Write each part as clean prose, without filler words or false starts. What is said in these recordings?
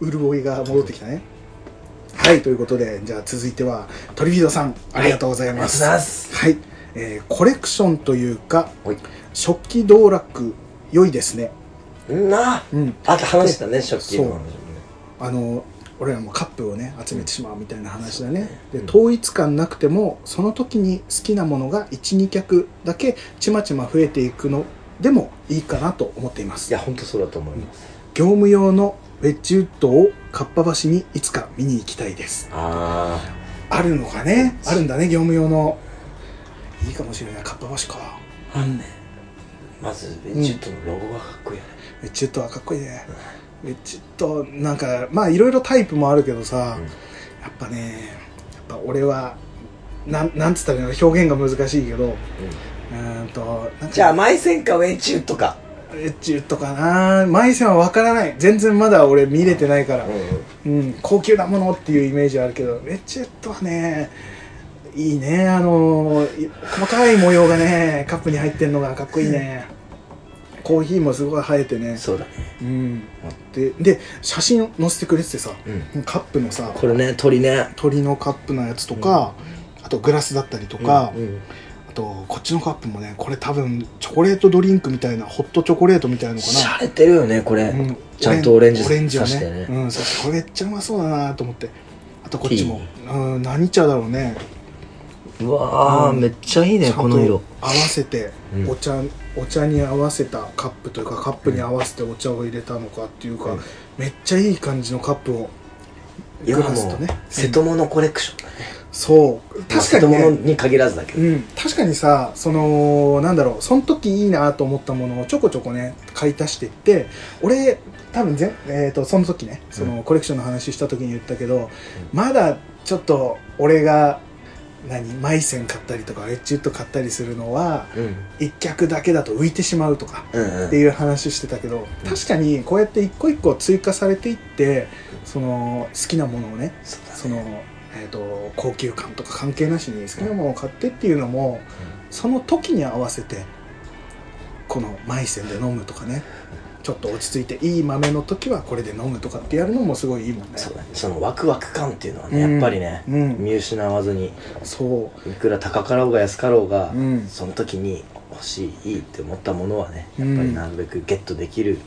潤いが戻ってきたね。はい、ということで、じゃあ続いてはトリフィードさん、ありがとうございます。 ありがとうございます。 はい、コレクションというか、 はい、 食器道楽良いですね。 あと話したね、食器の話。俺らもカップをね集めてしまうみたいな話だね。で、統一感なくてもその時に好きなものが 1,2 脚だけちまちま増えていくのでもいいかなと思っています。 いや本当そうだと思います。 業務用のウェッジウッドをかっぱ橋にいつか見に行きたいです。 あるのかね。あるんだね、業務用の。いいかもしれない。かっぱ橋か。 まずウェッジウッドのロゴがかっこいいよね。 ウェッジウッドはかっこいいね。ウェッジウッドなんかまあいろいろタイプもあるけどさ、やっぱね、やっぱ俺はなんつったらいいの、表現が難しいけど、なんかじゃあマイセンかウェッジウッドか。 ウェッジウッドかな。マイセンは分からない。全然まだ俺見れてないから、高級なものっていうイメージあるけど、ウェッジウッドはねいいね。細かい模様がねカップに入ってんのがかっこいいね。コーヒーもすごい生えてね。 そうだね。 で写真載せてくれててさ、カップのさ、 これね、鳥のカップのやつとか、あとグラスだったりとか、あとこっちのカップもね、これ多分チョコレートドリンクみたいな、ホットチョコレートみたいなのかな。 しゃれてるよねこれ、ちゃんとオレンジさしてね。 これめっちゃうまそうだなと思って。あとこっちも何茶だろうね。 うわー、めっちゃいいね、この色合わせて、お茶に合わせたカップというか、カップに合わせてお茶を入れたのかっていうか、めっちゃいい感じのカップをグラスとね、瀬戸物コレクションだね。 そう確かにね、 瀬戸物に限らずだけど、 確かにさ、なんだろう、その時いいなと思ったものをちょこちょこね買い足していって、俺多分その時ね、そのコレクションの話した時に言ったけど、まだちょっと俺がマイセン買ったりとかウェッジウッド買ったりするのは、一脚だけだと浮いてしまうとかっていう話してたけど、確かにこうやって一個一個追加されていって、その好きなものをね、その高級感とか関係なしに好きなものを買ってっていうのも、その時に合わせてこのマイセンで飲むとかね、ちょっと落ち着いていい豆の時はこれで飲むとかってやるのもすごいいいもんね。 そうだね、そのワクワク感っていうのはね、やっぱりね、見失わずに、いくら高かろうが安かろうが、その時に欲しい、いいって思ったものはね、やっぱりなるべくゲットできる、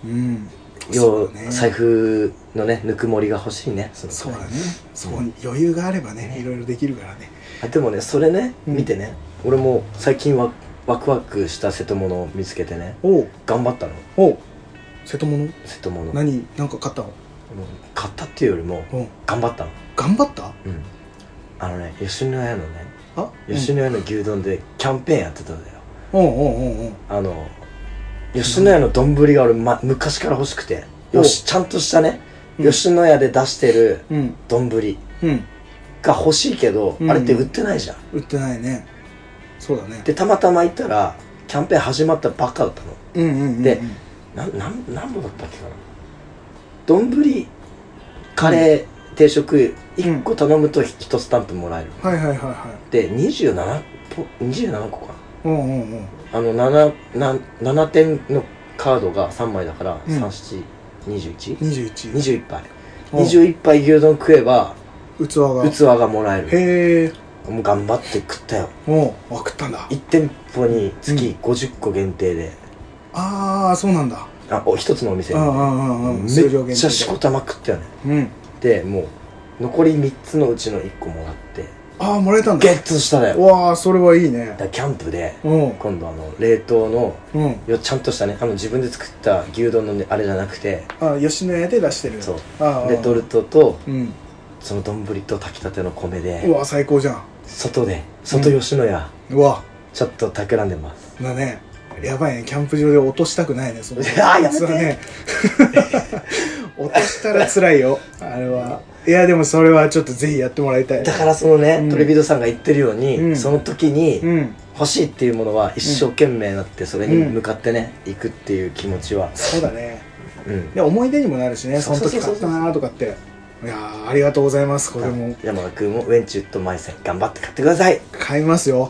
財布のね、ぬくもりが欲しいね。 そうだね、そう余裕があればね、いろいろできるからね。 でもね、それね、見てね、俺も最近はワクワクした瀬戸物を見つけてね、頑張ったの。 瀬戸物なんか買ったの？ 買ったっていうよりも頑張ったの。 頑張った？ 吉野家のね、吉野家の牛丼でキャンペーンやってたんだよ。吉野家の丼が俺昔から欲しくて、ちゃんとしたね、吉野家で出してる丼が欲しいけど、あれって売ってないじゃん。 売ってないね。そうだね。 でたまたま行ったらキャンペーン始まったばっかだったの。で何本だったっけかな、丼カレー定食1個頼むと1スタンプもらえる。で27個かな。7点のカードが3枚だから、3721杯21杯牛丼食えば器がもらえる。へえ。もう頑張って食ったよ。 食ったんだ。 1店舗につき50個限定で。 そうなんだ。 一つのお店にめっちゃしこたま食ったよね。でもう残り3つのうちの1個もらって、 もらえたんだ。 ゲットしたね。 わあ、それはいいね。 キャンプで今度冷凍のちゃんとしたね、自分で作った牛丼のあれじゃなくて、 吉野家で出してる。 そうレトルトとその丼と炊きたての米で、 うわ最高じゃん。外吉野家ちょっと企んでますだね。やばいね、キャンプ場で落としたくないね、そのやめてね落としたら辛いよあれは。いやでもそれはちょっとぜひやってもらいたい。 だからそのね、トレビドさんが言ってるように、その時に欲しいっていうものは一生懸命なってそれに向かってね、行くっていう気持ちは。 そうだね。で思い出にもなるしね、その時買ったなとかって。いやありがとうございます。これも山田君もウェンチュットマイセン頑張って買ってください。 買いますよ。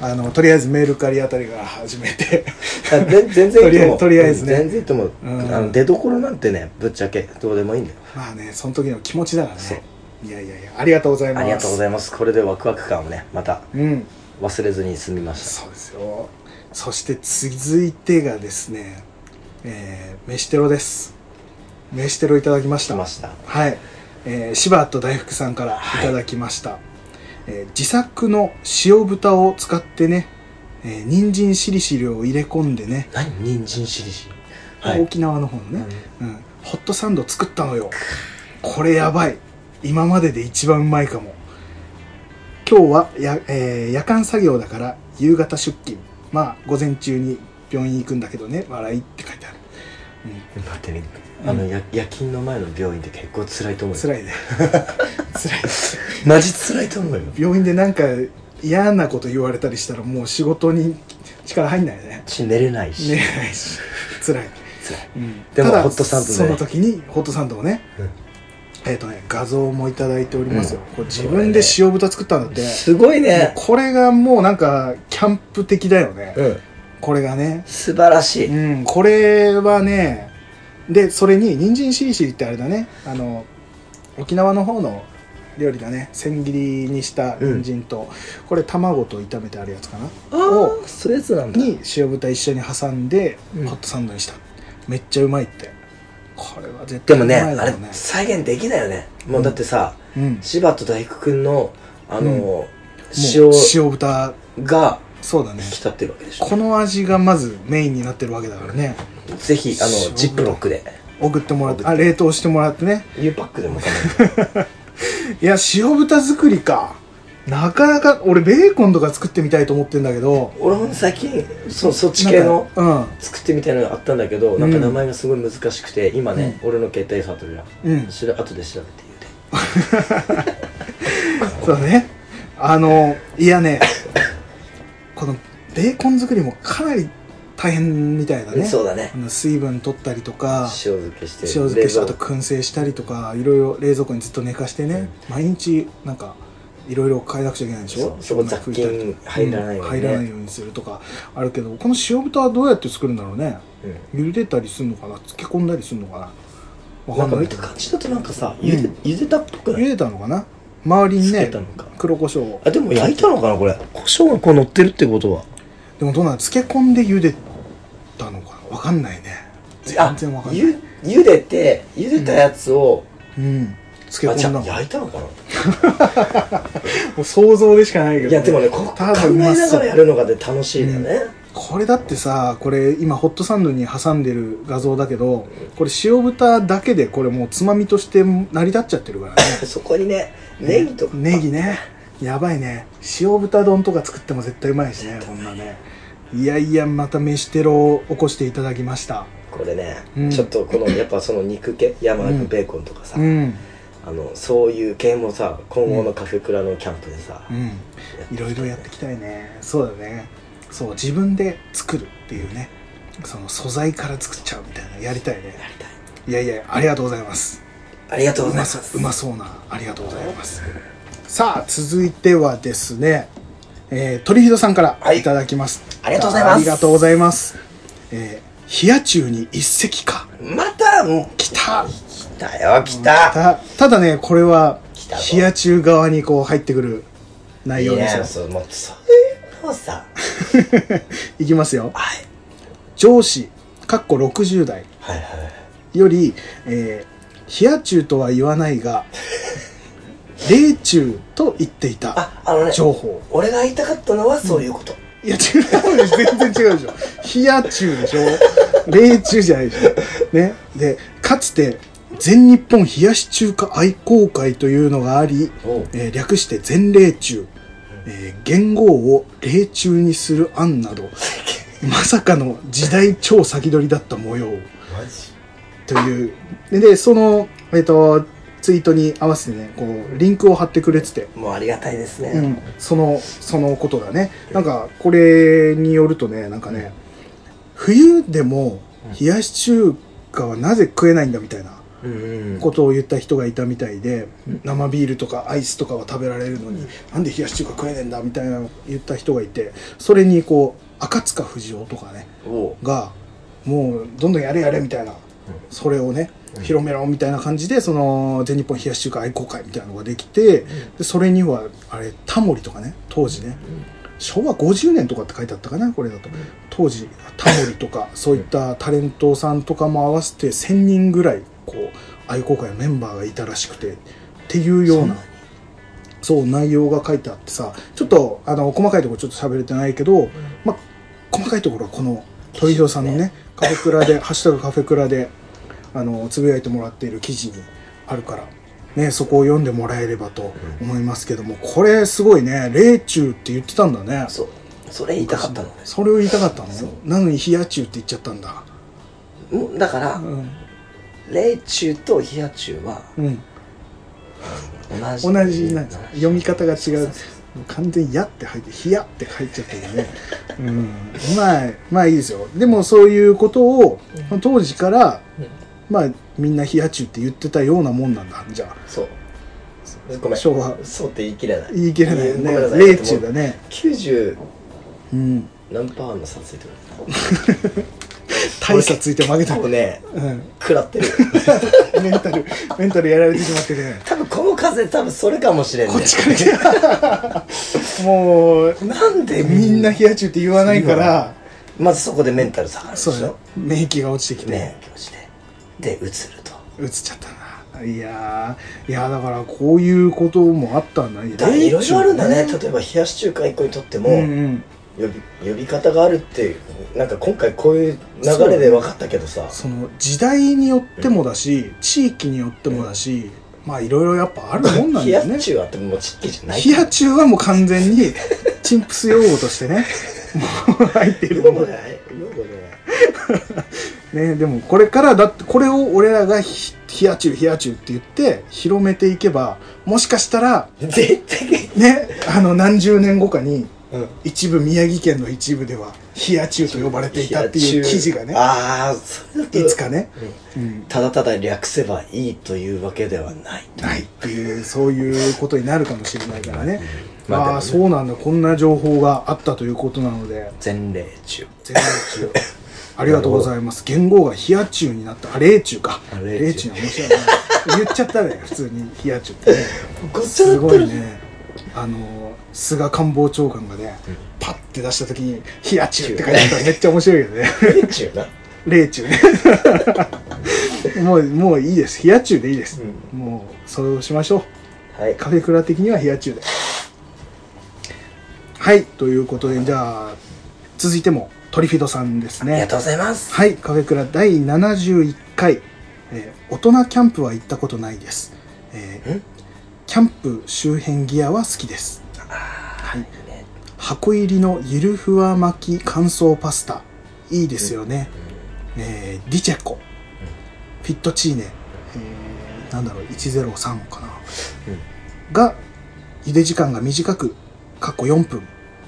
とりあえずメルカリあたりが始めて全然いいと思う。 とりあえずね全然いいと思う、出どころなんてねぶっちゃけどうでもいいんだよ。 まあね、その時の気持ちだからね。いやいやいや、ありがとうございます。 ありがとうございます。これでワクワク感をねまた忘れずに済みました。 そうですよ。そして続いてがですね、飯テロです。飯テロいただきました。はい、柴田大福さんからいただきました、自作の塩豚を使ってね、人参しりしりを入れ込んでね。 何人参しりしり、 沖縄の方のね、ホットサンド作ったのよ。これやばい、今までで一番うまいかも。今日は夜間作業だから夕方出勤。まあ午前中に病院行くんだけどね、笑いって書いてある。 待ってね、夜勤の前の病院って結構辛いと思うよ。 辛いね辛いマジ辛いと思うよ。 病院でなんか嫌なこと言われたりしたらもう仕事に力入んないよね。 寝れないし辛い、 でもただホットサンドね、 その時にホットサンドをね、画像もいただいておりますよ、これ自分で塩豚作ったんだって。 すごいね。 これがもうなんかキャンプ的だよね、これがね素晴らしい、 これはね。でそれに人参しりしりってあれだね、沖縄の方の料理だね。千切りにした人参と、これ卵と炒めてあるやつかなをそういうやつなんだ。 に塩豚一緒に挟んでホットサンドにした、めっちゃうまいって。これは絶対うまいだろうね。 でもね、あれ再現できないよね。もうだってさ、柴田大福くんの塩豚がそうだね引き立ってるわけでしょ。 この味がまずメインになってるわけだからね。 ぜひジップロックで送ってもらって、冷凍してもらってね。 U パックでも構わないいや、塩豚作りか、なかなか。俺ベーコンとか作ってみたいと思ってんだけど。 俺も最近そっち系の作ってみたいのがあったんだけど、なんか名前がすごい難しくて、今ね、俺の携帯触ってるやん、後で調べて言うてそうね、いやねこのベーコン作りもかなり大変みたいだね。 そうだね。 水分取ったりとか、 塩漬けしてあと燻製したりとか、いろいろ冷蔵庫にずっと寝かしてね、毎日なんかいろいろ変えなくちゃいけないでしょ。 そこ雑菌入らないようにね、 入らないようにするとかあるけど、この塩豚はどうやって作るんだろうね。茹でたりするのかな、漬け込んだりするのかな、わかんない。 見た感じだとなんかさ、茹でたっぽくない？ 茹でたのかな、周りにね黒胡椒。 でも焼いたのかな、これ胡椒がこう乗ってるってことは。 でもどうなん、漬け込んで茹でたのかな、わかんないね。全然わかんない。 茹でたやつを漬け込んだの。 焼いたのかなもう想像でしかないけど、 いやでもね、考えながらやるのが楽しいんだよね。 これだってさ、これ今ホットサンドに挟んでる画像だけど、これ塩豚だけでこれもうつまみとして成り立っちゃってるからねそこにね、ネギとかネギね、やばいね。塩豚丼とか作っても絶対うまいしね、こんなね。いやいや、また飯テロを起こしていただきました。これね、ちょっとこのやっぱその肉系、山のベーコンとかさ、そういう系もさ、今後のカフェクラのキャンプでさ、いろいろやっていきたいね。そうだね。そう、自分で作るっていうね、その素材から作っちゃうみたいな、やりたいね。やりたい。いやいや、ありがとうございます。ありがとうございます。うまそうな、ありがとうございます。さあ、続いてはですね、鳥人さんからいただきます。ありがとうございます。ありがとうございます。冷や中に一石か。また来た。来たよ、来た。ただね、これは冷や中側にこう入ってくる内容ですよ。そういうのさ。いきますよ。はい。上司（60代）より、冷や中とは言わないが。冷中と言っていた情報。俺が言いたかったのはそういうこと。いや違うでしょ、全然違うでしょ。冷や中でしょ、冷中じゃないでしょね。で、かつて全日本冷やし中華愛好会というのがあり、略して全冷中、元号を冷中にする案などまさかの時代超先取りだった模様。マジというで、そのツイートに合わせてね、こうリンクを貼ってくれてて、もうありがたいですね。そのことだね。なんかこれによるとね、なんかね、冬でも冷やし中華はなぜ食えないんだみたいなことを言った人がいたみたいで、生ビールとかアイスとかは食べられるのに、なんで冷やし中華食えねえんだみたいな言った人がいて、それにこう赤塚不二夫とかねがもうどんどんやれやれみたいな、それをね広めろみたいな感じで、その全日本冷やし中華愛好会みたいなのができて、でそれにはあれタモリとかね、当時ね昭和50年とかって書いてあったかな、これだと。当時タモリとかそういったタレントさんとかも合わせて1000人ぐらいこう愛好会のメンバーがいたらしくてっていうような、そう内容が書いてあってさ、ちょっと細かいところちょっと喋れてないけど、まあ細かいところはこの鳥広さんのねカフェクラでハッシュタグカフェクラでつぶやいてもらっている記事にあるからね、そこを読んでもらえればと思いますけども、これすごいね、冷中って言ってたんだね。 そう、それ言いたかったのね。 それを言いたかったの。なのに冷や中って言っちゃったんだ。 だから、冷中と冷や中は、 同じなんです。読み方が違う。完全にやって入って冷やって入っちゃったけどね。まあいいですよ。でもそういうことを当時から、まあみんな冷や中って言ってたようなもんなんだ。じゃあそうごめん、 昭和そうって言い切れない、 言い切れないよね。冷中だね。 90何パーの差ついてる大差ついて負けたもうね、食らってるメンタルやられてしまってね。 多分この風多分それかもしれんね。 こっちからもうなんでみんな冷や中って言わないから、 まずそこでメンタル下がるでしょ。 そう免疫が落ちてきて、 免疫落ちてでうつると。 うつっちゃったな。いやだからこういうこともあったんだね。 いろいろあるんだね。例えば冷やし中華一個にとっても、呼び方があるってなんか今回こういう流れで分かったけどさ、 その時代によってもだし、地域によってもだし、まあいろいろやっぱあるもんなんだよね。 冷や中はってもう地域じゃない。 冷や中はもう完全にチンプス用語としてねもう入っているものだよね。でもこれからだってこれを俺らが冷や中って言って広めていけば、もしかしたら絶対ね何十年後かに、一部宮城県の一部では冷や中と呼ばれていたっていう記事がね、いつかね、 ただただ略せばいいというわけではないっていう、そういうことになるかもしれないからね。まあそうなんだ、こんな情報があったということなので、 全冷中ありがとうございます。元号が冷や中になった。冷中か。冷中は面白いな。言っちゃったね、普通に冷や中ってね。すごいね。菅官房長官がね、パッて出した時に冷や中って書いてあったらめっちゃ面白いよね。 冷中な。 冷中ね。もういいです。冷や中でいいです。もうそうしましょう。カフェクラ的には冷や中で。はい、ということで、じゃあ続いてもトリフィドさんですね。 ありがとうございます。 はい、カフェクラ第71回、大人キャンプは行ったことないです。キャンプ周辺ギアは好きです。はい、箱入りのゆるふわ巻き乾燥パスタいいですよね。ディチェコ、フィットチーネ、なんだろう103かな、が茹で時間が短く4分、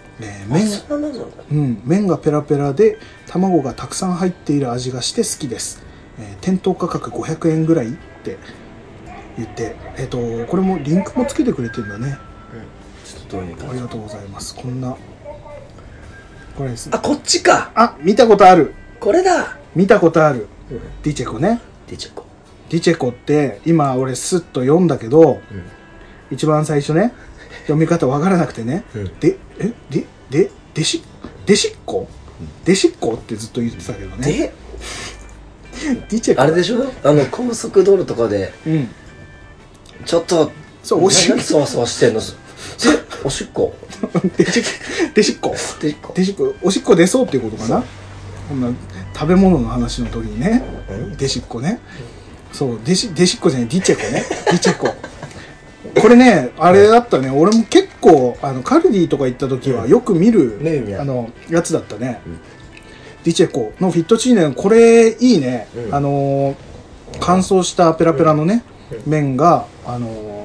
麺がペラペラで卵がたくさん入っている味がして好きです。店頭価格500円ぐらいって言って、これもリンクもつけてくれてるんだね。 ちょっとどういう感じ。 ありがとうございます。こんなこれですね。 あ、こっちか。 あ、見たことある。 これだ。 見たことある。ディチェコね。 ディチェコ。 ディチェコって今俺スッと読んだけど、一番最初ね読み方わからなくてね、デシッコってずっと言ってたけどね。ディチェコあれでしょ、高速道路とかで、ちょっとそうおしっこそわそわしてんの。おしっこデシッコおしっこ出そうっていうことかな。こんな食べ物の話の時にね、デシッコね、そうデシッコじゃない、ディチェコね。ディチェコこれね、あれだったね。俺も結構カルディとか行った時はよく見る、やつだったね。ディチェコのフィットチーネ、これいいね。乾燥したペラペラのね、麺が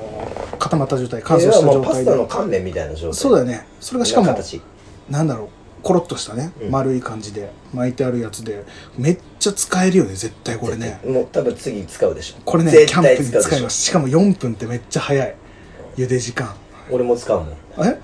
固まった状態、乾燥した状態で。 パスタの乾麺みたいな状態。 そうだよね。それがしかもなんだろう、 コロッとしたね、丸い感じで巻いてあるやつでめっちゃ使えるよね絶対これね。 もう多分次使うでしょこれね。キャンプに使います。しかも4分ってめっちゃ早い茹で時間。 俺も使うもん。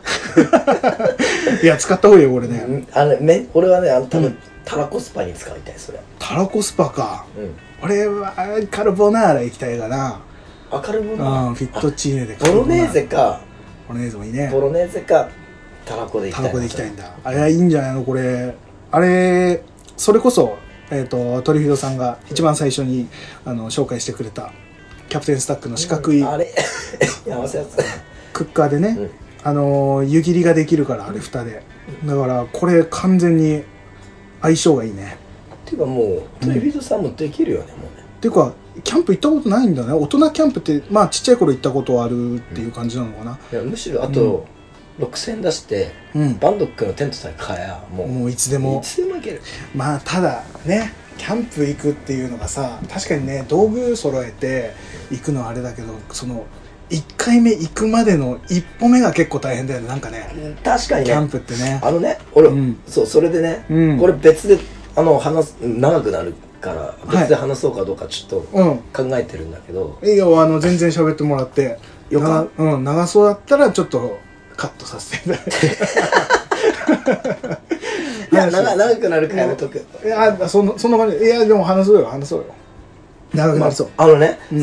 いや使った方がいいよこれね。 俺はね多分たらこスパに使いたい。それたらこスパか。俺はカルボナーラ行きたいかな。 カルボナーラ、 フィットチーネでボロネーゼか。 ボロネーゼもいいね。 ボロネーゼかたらこで行きたい。 たらこで行きたいんだ。あれはいいんじゃないのこれ。あれそれこそトリフィドさんが一番最初に紹介してくれたキャプテンスタックの四角い、 あれやばせやつクッカーでね、湯切りができるからあれ蓋で。だからこれ完全に相性がいいね。 っていうかもうトリフィドさんもできるよね、もうね。 っていうかキャンプ行ったことないんだね。大人キャンプってまあちっちゃい頃行ったことあるっていう感じなのかな。 いやむしろあと、6000円出して、バンドックのテントさえ買えやもういつでも行ける。 まあただねキャンプ行くっていうのがさ確かにね道具揃えて行くのはあれだけどその1回目行くまでの一歩目が結構大変だよねなんかね。 確かにねキャンプってね俺、それでね、これ別で話す長くなるから別で話そうかどうかちょっと考えてるんだけど、 いいよ全然喋ってもらって長そうだったらちょっとカットさせていただいていや長くなるからやめとく。 いやそんな感じ。いやでも話そうよ長くなりそう。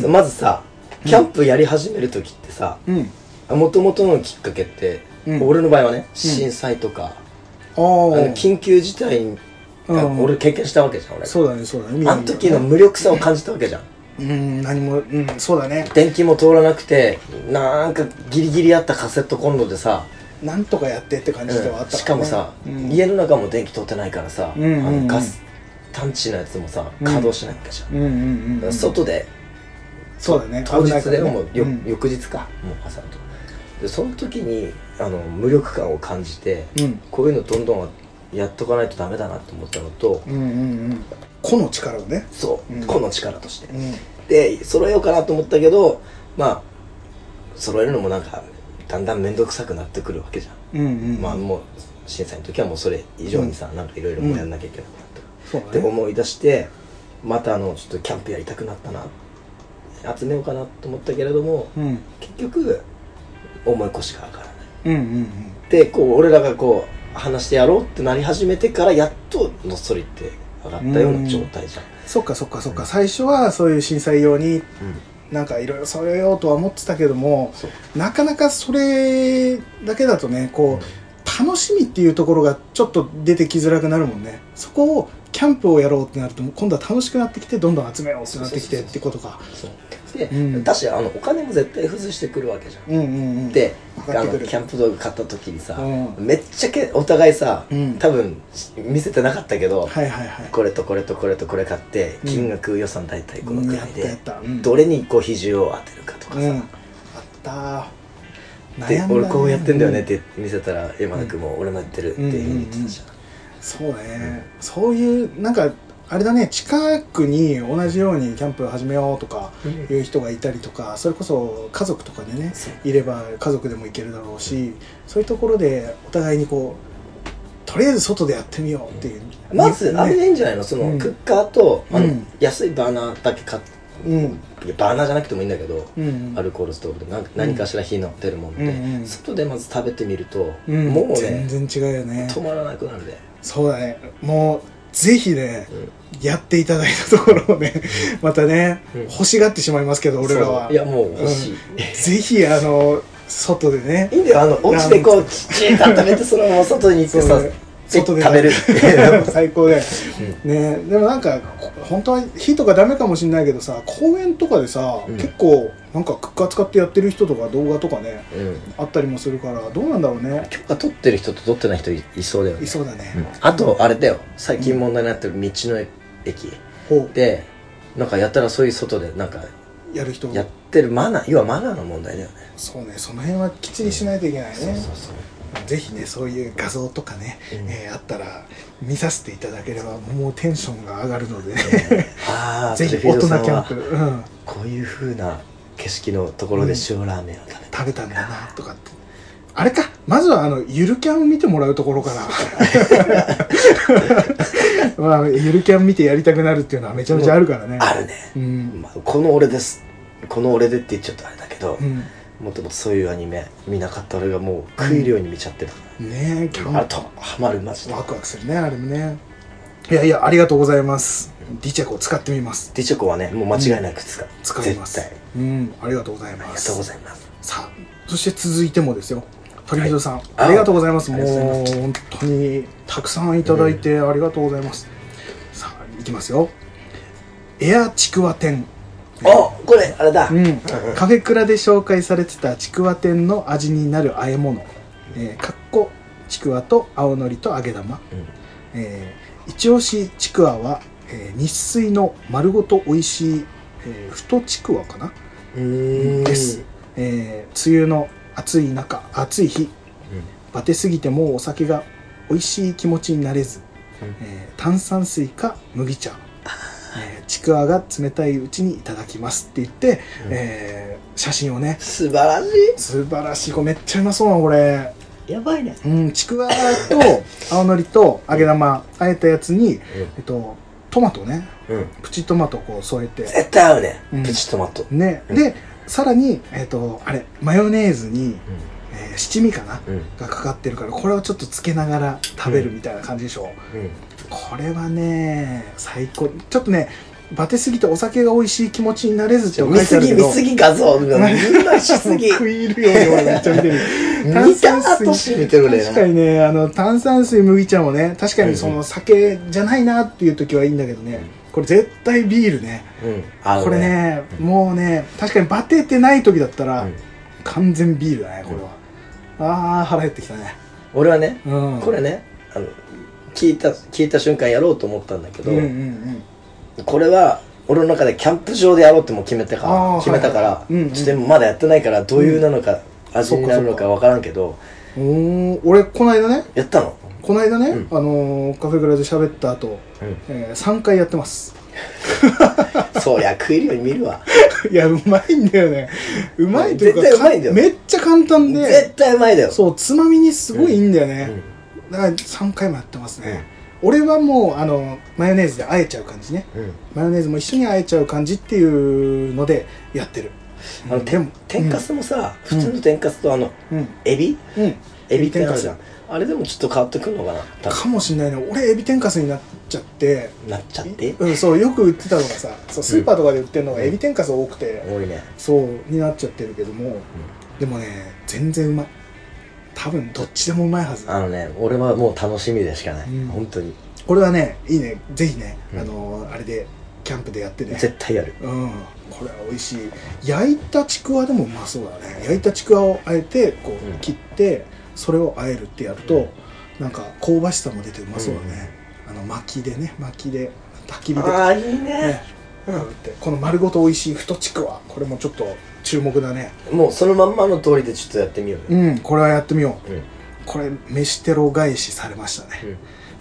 まずさキャンプやり始める時ってさもともとのきっかけって、俺の場合はね震災とか緊急事態俺経験したわけじゃん。俺そうだねあの時の無力さを感じたわけじゃん。 何もそうだね。 電気も通らなくてなんかギリギリあったカセットコンロでさなんとかやってって感じではあったからね。 しかもさ家の中も電気通ってないからさガス探知のやつもさ稼働しないわけじゃん。外でそうだね当日でも翌日かもう朝とでその時に無力感を感じてこういうのどんどんやっとかないとダメだなって思ったのと個の力をね個の力としてで揃えようかなと思ったけどまあ揃えるのもなんかだんだん面倒くさくなってくるわけじゃん。まあもう震災の時はもうそれ以上にさなんかいろいろもやんなきゃいけなくなったって思い出してまたちょっとキャンプやりたくなったな集めようかなと思ったけれども結局重い腰が上がらないでこう俺らがこう話してやろうってなり始めてからやっとのっそりって上がったような状態じゃん。そっか最初はそういう震災用になんかいろいろ揃えようとは思ってたけどもなかなかそれだけだとねこう楽しみっていうところがちょっと出てきづらくなるもんね。そこをキャンプをやろうってなると今度は楽しくなってきてどんどん集めようってなってきてってことか。 でだしお金も絶対付随してくるわけじゃん。でキャンプ道具買った時にさめっちゃお互いさ多分見せてなかったけどこれとこれとこれとこれ買って金額予算大体このくらいでどれにこう比重を当てるかとかさで俺こうやってんだよねって見せたら山田君も俺もやってるっていうふうに言ってたじゃん。 そうねそういうなんかあれだね近くに同じようにキャンプ始めようとかいう人がいたりとかそれこそ家族とかでねいれば家族でも行けるだろうしそういうところでお互いにこうとりあえず外でやってみようっていうまずあれでいいんじゃないのそのクッカーと安いバーナーだけ買ってバーナーじゃなくてもいいんだけどアルコールストーブで何かしら火の出るもんで外でまず食べてみるともうね全然違うよね止まらなくなるで。そうだねもうぜひねやっていただいたところをねまたね欲しがってしまいますけど俺らはいやもう欲しいぜひ外でねいいんだよお家でこうちっちゃい食べてそのまま外に行ってさ外で食べる最高でね。でもなんか本当は火とかダメかもしれないけどさ公園とかでさ結構なんかクッカー使ってやってる人とか動画とかねあったりもするからどうなんだろうね。 許可取ってる人と取ってない人いそうだよね。 いそうだね。 あとあれだよ最近問題になってる道の駅でなんかやったらそういう外でなんかやる人やってる要はマナーの問題だよね。 そうねその辺はきっちりしないといけないね。ぜひねそういう画像とかねあったら見させていただければもうテンションが上がるのでぜひ大人キャンプこういう風な景色のところで塩ラーメンを食べたんだなとかってあれか、まずはゆるキャンを見てもらうところからまあゆるキャン見てやりたくなるっていうのはめちゃめちゃあるからね。 あるね、まあ、この俺でって言っちゃったあれだけど、もっともっとそういうアニメ見なかった俺がもう食いるように見ちゃってたから、 ねえ、キャンあとハマるマジでワクワクするね、あれもね。いやいや、ありがとうございます。ディチェコを使ってみます。 ディチェコはね、もう間違いなく使います。 絶対。 ありがとうございます。 ありがとうございます。 さあ、そして続いてもですよ、鳥人さん、ありがとうございます。もう本当にたくさんいただいてありがとうございます。さあ、いきますよ。エアちくわ天。 これあれだ、 カフェクラで紹介されてたちくわ天の味になる和え物、かっこちくわと青のりと揚げ玉、一押しちくわは、日水の丸ごと美味しい、太ちくわかなです。梅雨の暑い日、バテすぎてもうお酒が美味しい気持ちになれず、炭酸水か麦茶、ちくわが冷たいうちにいただきますって言って、写真をね。 素晴らしい。 これめっちゃうまそうな、これやばいね。 ちくわと青のりと揚げ玉あえたやつに、トマトね、プチトマトをこう添えて絶対合うね、プチトマトね。でさらにあれマヨネーズに、七味かな、がかかってるから、これをちょっとつけながら食べるみたいな感じでしょ。これはね最高。ちょっとねバテすぎてお酒が美味しい気持ちになれずって書いてあるけど、 見すぎ画像みんなしすぎ食い入るように俺めっちゃ見てる炭酸水見てるね。 確かにね、炭酸水麦茶もね、確かにその酒じゃないなっていう時はいいんだけどね、これ絶対ビールね、これね、もうね、確かにバテてない時だったら、完全ビールだね、これは。腹減ってきたね。 俺はね、これね、聞いた瞬間やろうと思ったんだけど、これは俺の中でキャンプ場でやろうってもう決めたから、ちょっとまだやってないからどういうなのか、味になるのか分からんけど、 俺この間ねやったの。 この間ね、カフェクラで喋った後、3回やってます。 そりゃ食えるように見るわ。 いや、うまいんだよね。うまいというか、 絶対うまいんだよ。 めっちゃ簡単で絶対うまいだよ。 そう、つまみにすごいいいんだよね。だから3回もやってますね。俺はもうマヨネーズで和えちゃう感じね、マヨネーズも一緒に和えちゃう感じっていうのでやってる。 天かすもさ、普通の天かすとエビ天かすじゃん。あれでもちょっと変わってくるのかな。 かもしんないね。俺エビ天かすになっちゃってそう、よく売ってたのがさ、スーパーとかで売ってるのがエビ天かす多くて、 多いね。 そうになっちゃってるけども、でもね全然うまい。多分どっちでもうまいはず。 俺はもう楽しみでしかない、本当に。 これはね、いいね、ぜひね、あれでキャンプでやってね。 絶対やる。 これは美味しい。焼いたちくわでもうまそうだね。焼いたちくわをあえてこう切って、それをあえるってやると、なんか香ばしさも出てうまそうだね。薪で焚き火で。 いいね。 この丸ごと美味しい太ちくわ、これもちょっと注目だね。 もうそのまんまの通りでちょっとやってみよう。 これはやってみよう。これ飯テロ返しされましたね。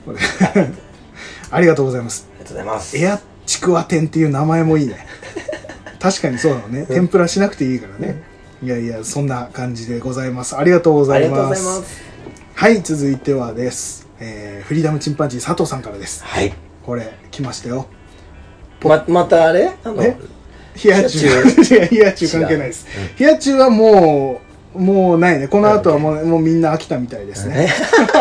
ありがとうございます。 ありがとうございます。 エアちくわ天っていう名前もいいね。確かにそうなのね。天ぷらしなくていいからね。いやいや、そんな感じでございます。ありがとうございます。はい、続いてはです。フリーダムチンパンジー佐藤さんからです。 はい。 これ来ましたよ。 またあれ？ 冷や中。冷や中関係ないです。冷や中はもうないね。この後はもうみんな飽きたみたいですね。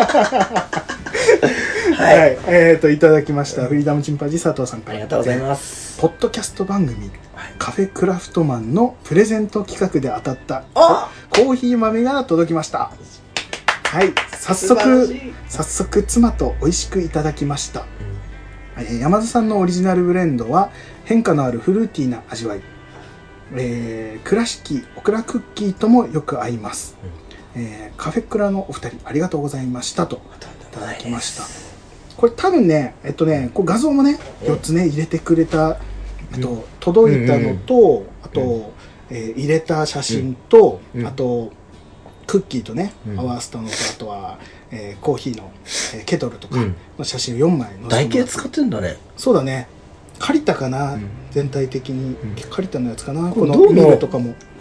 はい。いただきました。フリーダムチンパンジー佐藤さんから。 ありがとうございます。 ポッドキャスト番組、カフェクラフトマンのプレゼント企画で当たったコーヒー豆が届きました。はい。早速妻と美味しくいただきました。山田さんのオリジナルブレンドは変化のあるフルーティーな味わい、倉敷オクラクッキーともよく合います。カフェクラのお二人ありがとうございましたといただきました。これ多分ね、これ画像もね4つね入れてくれた、届いたのと、あと、入れた写真と、あとクッキーとね合わせたのと、あとはコーヒーのケトルとかの写真を4枚載せてもらって。 台形使ってんだね。 そうだね。カリタかな、全体的にカリタのやつかな。このミルとかも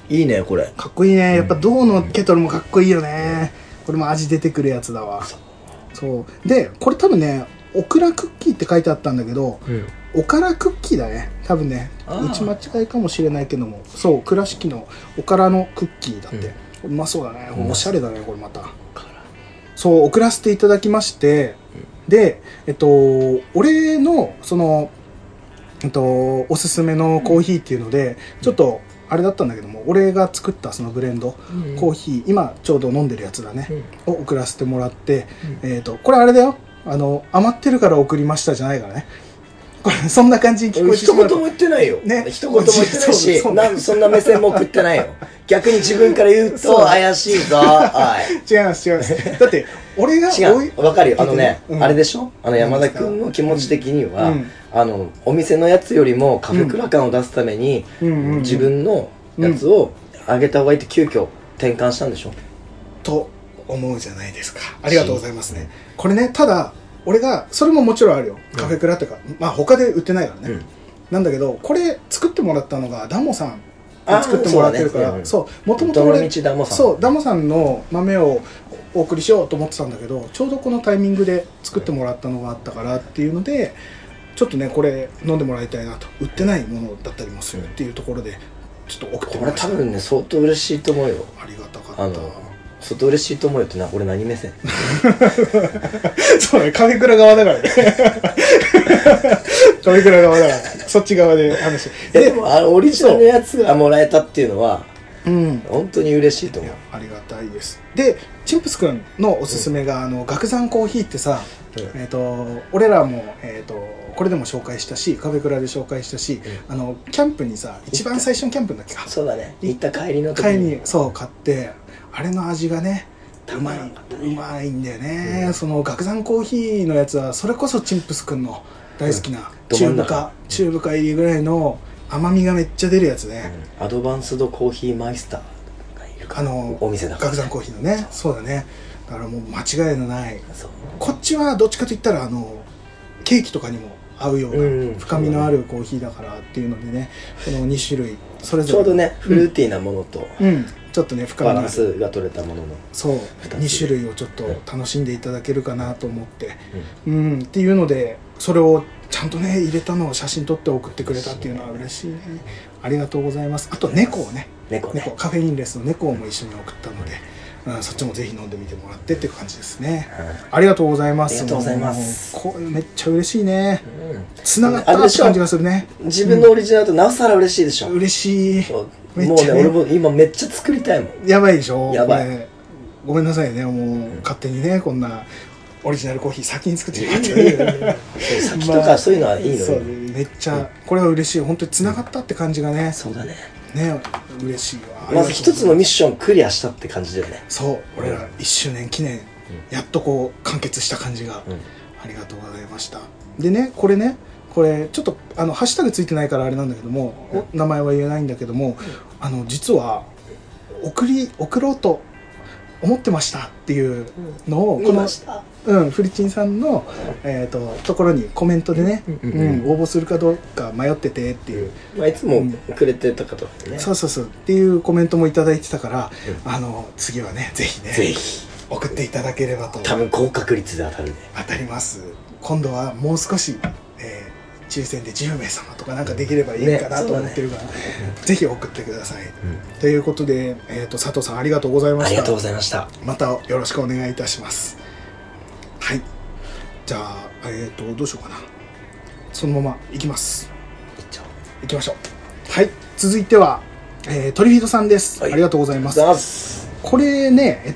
いいねこれ。 かっこいいね。やっぱ銅のケトルもかっこいいよね。これも味出てくるやつだわ。そうでこれ多分ねオクラクッキーって書いてあったんだけど、おからクッキーだね多分ね。打ち間違いかもしれないけども、そう倉敷のおからのクッキーだって、うまそうだね。おしゃれだねこれまた。そう送らせていただきまして、で俺のそのおすすめのコーヒーっていうので、ちょっとあれだったんだけども、俺が作ったそのブレンド、コーヒー今ちょうど飲んでるやつだね、を送らせてもらって、これあれだよ、余ってるから送りましたじゃないからね。これそんな感じに聞こえてしまう。 一言も言ってないよ。ね、一言も言ってないし、そんな目線も送ってないよ。逆に自分から言うと怪しいぞ。 違います違います。だって俺がわかるよ。あれでしょ、山田君の気持ち的には、お店のやつよりもカフェクラ感を出すために自分のやつをあげた方がいいって急遽転換したんでしょと思うじゃないですか。ありがとうございますね。これね、ただ俺がそれももちろんあるよ、カフェクラとか、まあ他で売ってないからね、なんだけど、これ作ってもらったのがダモさんに作ってもらってるから、そうもともと俺そうダモさんの豆をお送りしようと思ってたんだけど、ちょうどこのタイミングで作ってもらったのがあったからっていうので、ちょっとねこれ飲んでもらいたいなと。売ってないものだったりもするっていうところでちょっと送ってもらいました。 これ多分ね相当嬉しいと思うよ。 ありがたかった。 相当嬉しいと思うよって俺何目線そうね、カフェクラ側だからね。カフェクラ側だから、そっち側で話して。 でもオリジナルのやつがもらえたっていうのは本当に嬉しいと思う。 ありがたいです。でチンプスくんのおすすめが岳山コーヒーってさ、俺らもこれでも紹介したし、カフェクラで紹介したし、キャンプにさ、一番最初のキャンプの時か、 そうだね、行った帰りの時にそう買って、あれの味がねうまいんだよね。その岳山コーヒーのやつはそれこそチンプスくんの大好きな中深入りぐらいの甘みがめっちゃ出るやつね。 アドバンスドコーヒーマイスターがいるかお店だから、 岳山コーヒーのね。そうだね。だからもう間違いのない。こっちはどっちかといったらケーキとかにも合うような深みのあるコーヒーだからっていうのでね、この2種類それぞれちょうどねフルーティーなものと、 ちょっとね深みバランスが取れたもののそう2種類をちょっと楽しんでいただけるかなと思って、っていうので、それをちゃんとね入れたのを写真撮って送ってくれたっていうのは嬉しいね。ありがとうございます。あと猫をね、カフェインレスの猫も一緒に送ったので、そっちもぜひ飲んでみてもらってっていう感じですね。ありがとうございます。 ありがとうございます。 これめっちゃ嬉しいね。つながったって感じがするね。 自分のオリジナルとなおさら嬉しいでしょ。 嬉しい。 もうね、俺も今めっちゃ作りたいもん。 やばいでしょ。 やばい。 ごめんなさいね、もう勝手にねこんなオリジナルコーヒー先に作ってもらって先とかそういうのはいいのよ。 めっちゃこれは嬉しい。本当につながったって感じがね。 そうだね。 ね、嬉しいわ。 まず一つのミッションクリアしたって感じだよね。 そう、俺ら1周年記念やっとこう完結した感じが、ありがとうございました。でね、これちょっとハッシュタグついてないからあれなんだけども、名前は言えないんだけども、実は送ろうと思ってましたっていうのをこのフリチンさんのところにコメントでね、応募するかどうか迷っててっていう、 いつもくれてた方ね。 そうっていうコメントもいただいてたから、次はねぜひ送っていただければと。 多分高確率で当たるね。 当たります。今度はもう少し抽選で10名様とかなんかできればいいかなと思ってるから、ぜひ送ってください。ということで、佐藤さんありがとうございました。 ありがとうございました。 またよろしくお願いいたします。はい、じゃあどうしようかな。そのままいきます。いきましょう。はい、続いては、トリフィードさんです。ありがとうございます。これね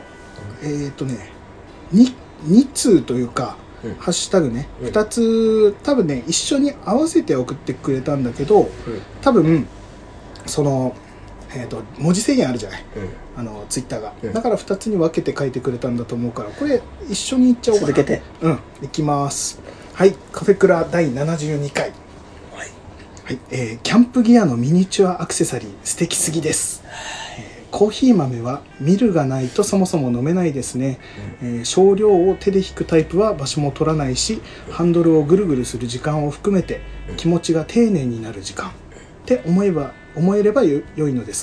2通というか、ハッシュタグね、2つ多分ね一緒に合わせて送ってくれたんだけど、多分その文字制限あるじゃない、ツイッターが、だから2つに分けて書いてくれたんだと思うから、これ一緒にいっちゃおうかな。 続けていきます。はい、カフェクラ第72回、キャンプギアのミニチュアアクセサリー素敵すぎです。コーヒー豆はミルがないとそもそも飲めないですね。少量を手で引くタイプは場所も取らないし、ハンドルをぐるぐるする時間を含めて気持ちが丁寧になる時間って思えれば良いのですが、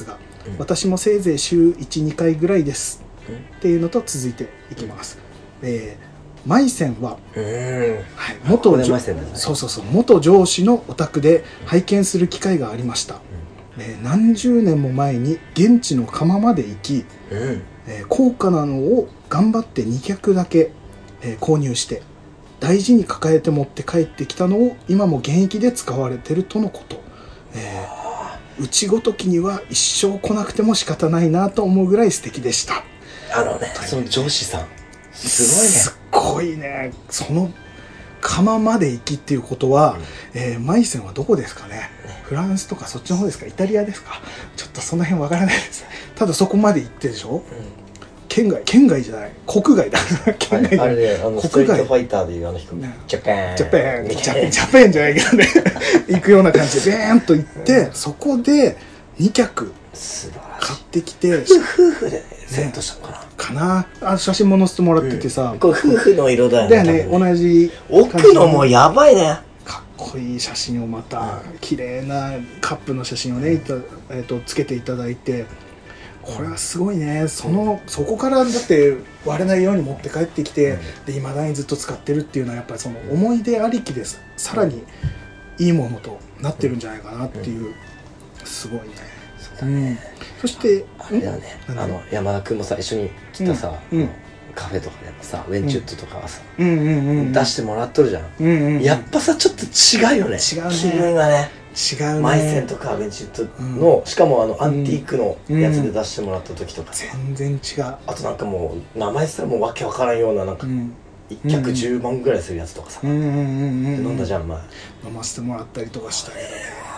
私もせいぜい週 1,2 回ぐらいです、っていうのと続いていきます。マイセンは、元上司のお宅で拝見する機会がありました。何十年も前に現地の窯まで行き、高価なのを頑張って2脚だけ、購入して大事に抱えて持って帰ってきたのを今も現役で使われてるとのこと。うちごときには一生来なくても仕方ないなと思うぐらい素敵でした。 その上司さんすごいね。その窯まで行きっていうことは、マイセンはどこですかね。フランスとかそっちの方ですか、イタリアですか。ちょっとその辺わからないです。ただそこまで行ってでしょ、県外じゃない、国外だ。 県外あれでストリートファイターでいう人、ジャパンじゃないけどね行くような感じでベーンと行って、そこで2脚買ってきて、 夫婦でセットしたのかな。写真も載せてもらっててさ、 これ夫婦の色だよね。 同じ奥のもやばいね。 かっこいい写真をまた綺麗なカップの写真をねつけていただいて、これはすごいね。そこからだって割れないように持って帰ってきて、で未だにずっと使ってるっていうのはやっぱりその思い出ありきです。さらにいいものとなってるんじゃないかなっていう、すごいね。そしてあれだね、山田君もさ一緒に来たさ、カフェとかでもさウェンチュットとかはさ出してもらっとるじゃん。やっぱさちょっと違うよね。 違うね。 気分がね。 違うね。 マイセンとかウェンチュットの、しかもアンティークのやつで出してもらった時とか、 全然違う。 あとなんかもう名前すらもうわけわからんようななんか一脚10万ぐらいするやつとかさ、飲んだじゃん前。 飲ませてもらったりとかしたけどね。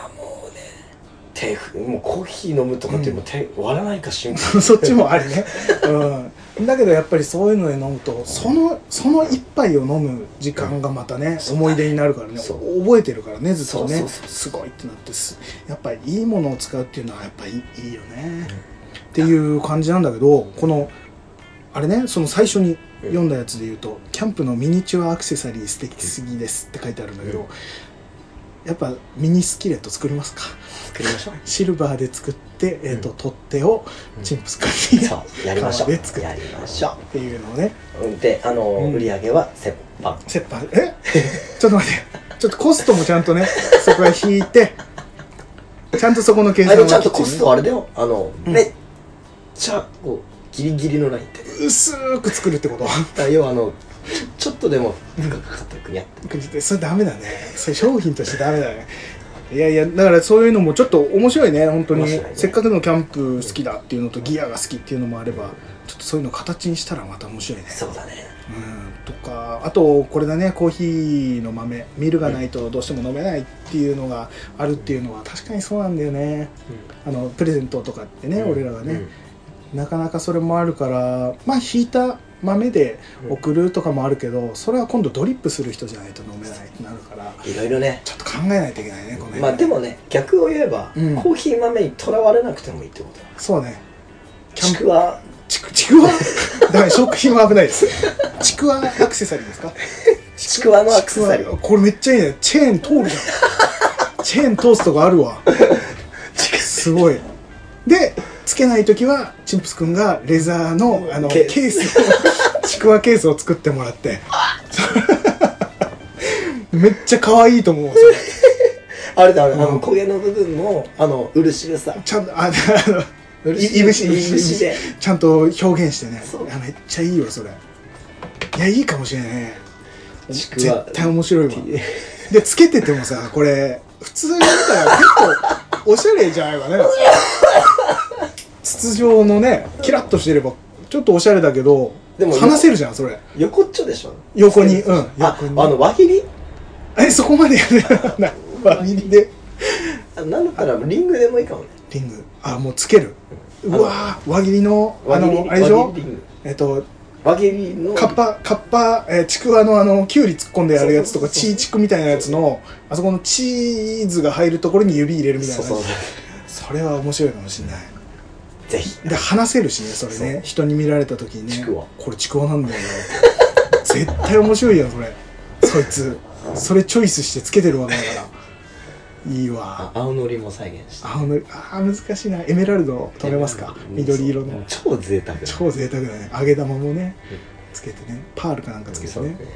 もうコーヒー飲むとかっていうのも手割らないか心配そっちもありね。だけどやっぱりそういうので飲むとその一杯を飲む時間がまたね、思い出になるからね。覚えてるからね、ずっとね。すごいってなって、やっぱりいいものを使うっていうのはやっぱりいいよね、っていう感じなんだけど、このあれね、その最初に読んだやつで言うと、キャンプのミニチュアアクセサリー素敵すぎですって書いてあるんだけど、やっぱミニスキレット作りますか。 作りましょう。 シルバーで作って、取っ手をチンプスカリやりましょう。 で作ってやりましょうっていうのをね。 で売り上げは折半。 ちょっと待って、ちょっとコストもちゃんとねそこは引いて、ちゃんとそこの計算はちゃんとコストあれだよ。めっちゃこうギリギリのラインで薄く作るってこと。 要はちょっとでも深くかかってくにゃってそれダメだね。それ商品としてダメだね。いやだからそういうのもちょっと面白いね、本当に。せっかくのキャンプ好きだっていうのとギアが好きっていうのもあれば、ちょっとそういうのを形にしたらまた面白いね。 そうだね。 とか、あとこれだね、コーヒーの豆ミルがないとどうしても飲めないっていうのがあるっていうのは確かにそうなんだよね。プレゼントとかってね、俺らがね、なかなかそれもあるから、まあ引いた豆で送るとかもあるけど、それは今度ドリップする人じゃないと飲めないってなるから、 いろいろねちょっと考えないといけないね、この辺。 まあでもね、逆を言えば、コーヒー豆にとらわれなくてもいいってことだ。 そうね。 ちくわだから食品は危ないです。ちくわアクセサリーですか。 ちくわのアクセサリー。 これめっちゃいいね。チェーン通るじゃん。チェーン通すとこあるわ。すごい。でつけないときはチンプスくんがレザーのケースをちくわケースを作ってもらってめっちゃ可愛いと思う。 あれだ、焦げの部分も漆でさ、 ちゃんといぶしでちゃんと表現してね。めっちゃいいよそれ。いや、いいかもしれないね。絶対面白いわ。でつけててもさ、これ普通に見たら結構おしゃれじゃないかね。筒状のね、キラッとしてればちょっとおしゃれだけど、でも離せるじゃんそれ。 横っちょでしょ。 横に、横に。 輪切り？ そこまでやるな。輪切りで。 なんだったらリングでもいいかもね。 リング。もうつける。うわー、輪切りのあれでしょ。 輪切りのカッパちくわのきゅうり突っ込んでやるやつとか、チーチクみたいなやつのあそこのチーズが入るところに指入れるみたいな。それは面白いかもしれない。 ぜひ。 で話せるしね、それね、人に見られた時にね、これちくわなんだよね。絶対面白いよそれ。そいつそれチョイスしてつけてるわけだから。 いいわ。 青のりも再現して、 青のり、難しいな。エメラルド取れますか？緑色の超贅沢だ、 超贅沢だね。揚げ玉もねつけてね、パールかなんかつけてね、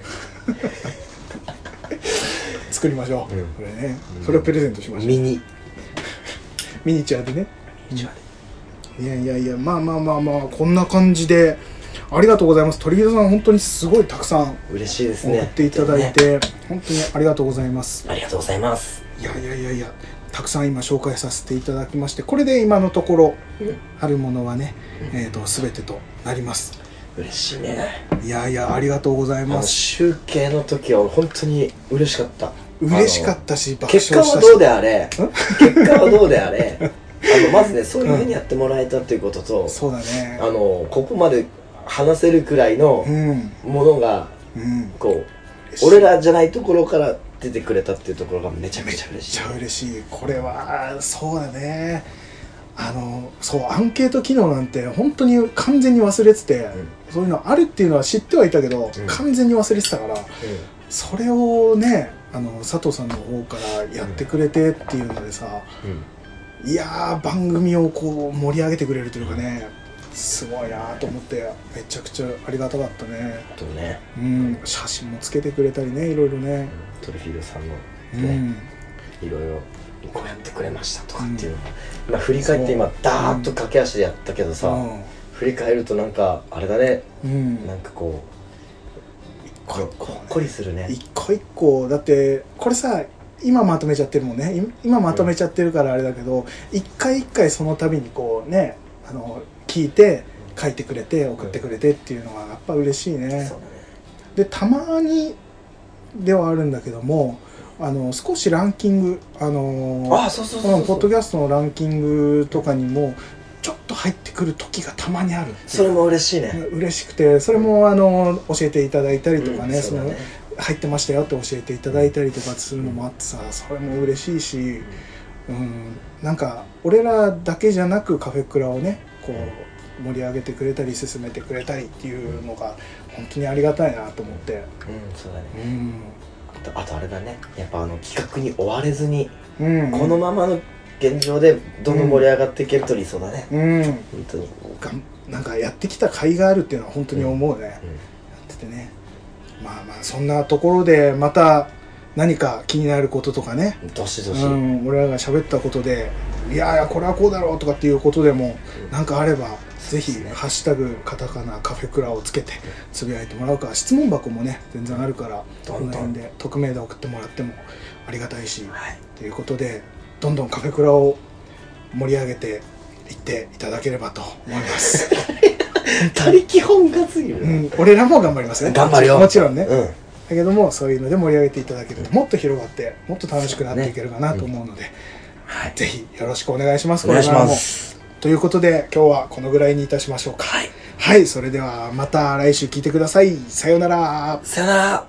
作りましょう、これね。それをプレゼントしましょう。ミニチュアでね。いや、まあこんな感じでありがとうございます。鳥人さん本当にすごいたくさん嬉しいですね、 送っていただいて、本当にありがとうございます。 ありがとうございます。 いやたくさん今紹介させていただきまして、これで今のところ、あるものはね、全てとなります。 嬉しいね。 いやありがとうございます。 集計の時は本当に嬉しかった。 嬉しかったし、爆笑したし、結果はどうであれまずね、そういうふうにやってもらえたっていうことと、 そうだね、 ここまで話せるくらいのものが、こう俺らじゃないところから出てくれたっていうところがめちゃくちゃ嬉しい。 めっちゃ嬉しい。これはそうだね。そうアンケート機能なんて本当に完全に忘れてて、そういうのあるっていうのは知ってはいたけど、完全に忘れてたから、それをね、佐藤さんの方からやってくれてっていうのでさ、いやー、番組をこう盛り上げてくれるというかね、すごいなと思って、めちゃくちゃありがたかったね。 とね、 写真もつけてくれたりね、いろいろね。 トリフィードさんのね、いろいろこうやってくれましたとかっていうの、今振り返って今ダーッと駆け足でやったけどさ、振り返るとなんかあれだね、なんかこうほっこりするね。 一個一個だってこれさ、今まとめちゃってるもんね。今まとめちゃってるからあれだけど、一回一回その度にこうね、聞いて書いてくれて送ってくれてっていうのがやっぱ嬉しいね。でたまにではあるんだけども、少しランキングポッドキャストのランキングとかにもちょっと入ってくる時がたまにある。 それも嬉しいね。 嬉しくて、それも教えていただいたりとかね、その入ってましたよって教えていただいたりとかするのもあってさ、それも嬉しいし、なんか俺らだけじゃなくカフェクラをね、こう盛り上げてくれたり進めてくれたりっていうのが本当にありがたいなと思って。 そうだね。あとあれだね、やっぱ企画に追われずに、このままの現状でどんどん盛り上がっていけると理想だね。本当になんかやってきた甲斐があるっていうのは本当に思うね。やっててね、まあそんなところでまた何か気になることとかね、 どしどし、 俺らが喋ったことで、いやこれはこうだろうとかっていうことでもなんかあれば、ぜひハッシュタグカタカナカフェクラをつけてつぶやいてもらうか、質問箱もね全然あるから、この辺で匿名で送ってもらってもありがたいし、ということでどんどんカフェクラを盛り上げていっていただければと思います。 他力本願すぎる。 俺らも頑張りますね。 頑張るよ、 もちろんね。だけどもそういうので盛り上げていただけるともっと広がってもっと楽しくなっていけるかなと思うので、ぜひよろしくお願いします。 お願いします。 ということで今日はこのぐらいにいたしましょうか。はい、それではまた来週聞いてください。さようなら。 さようなら。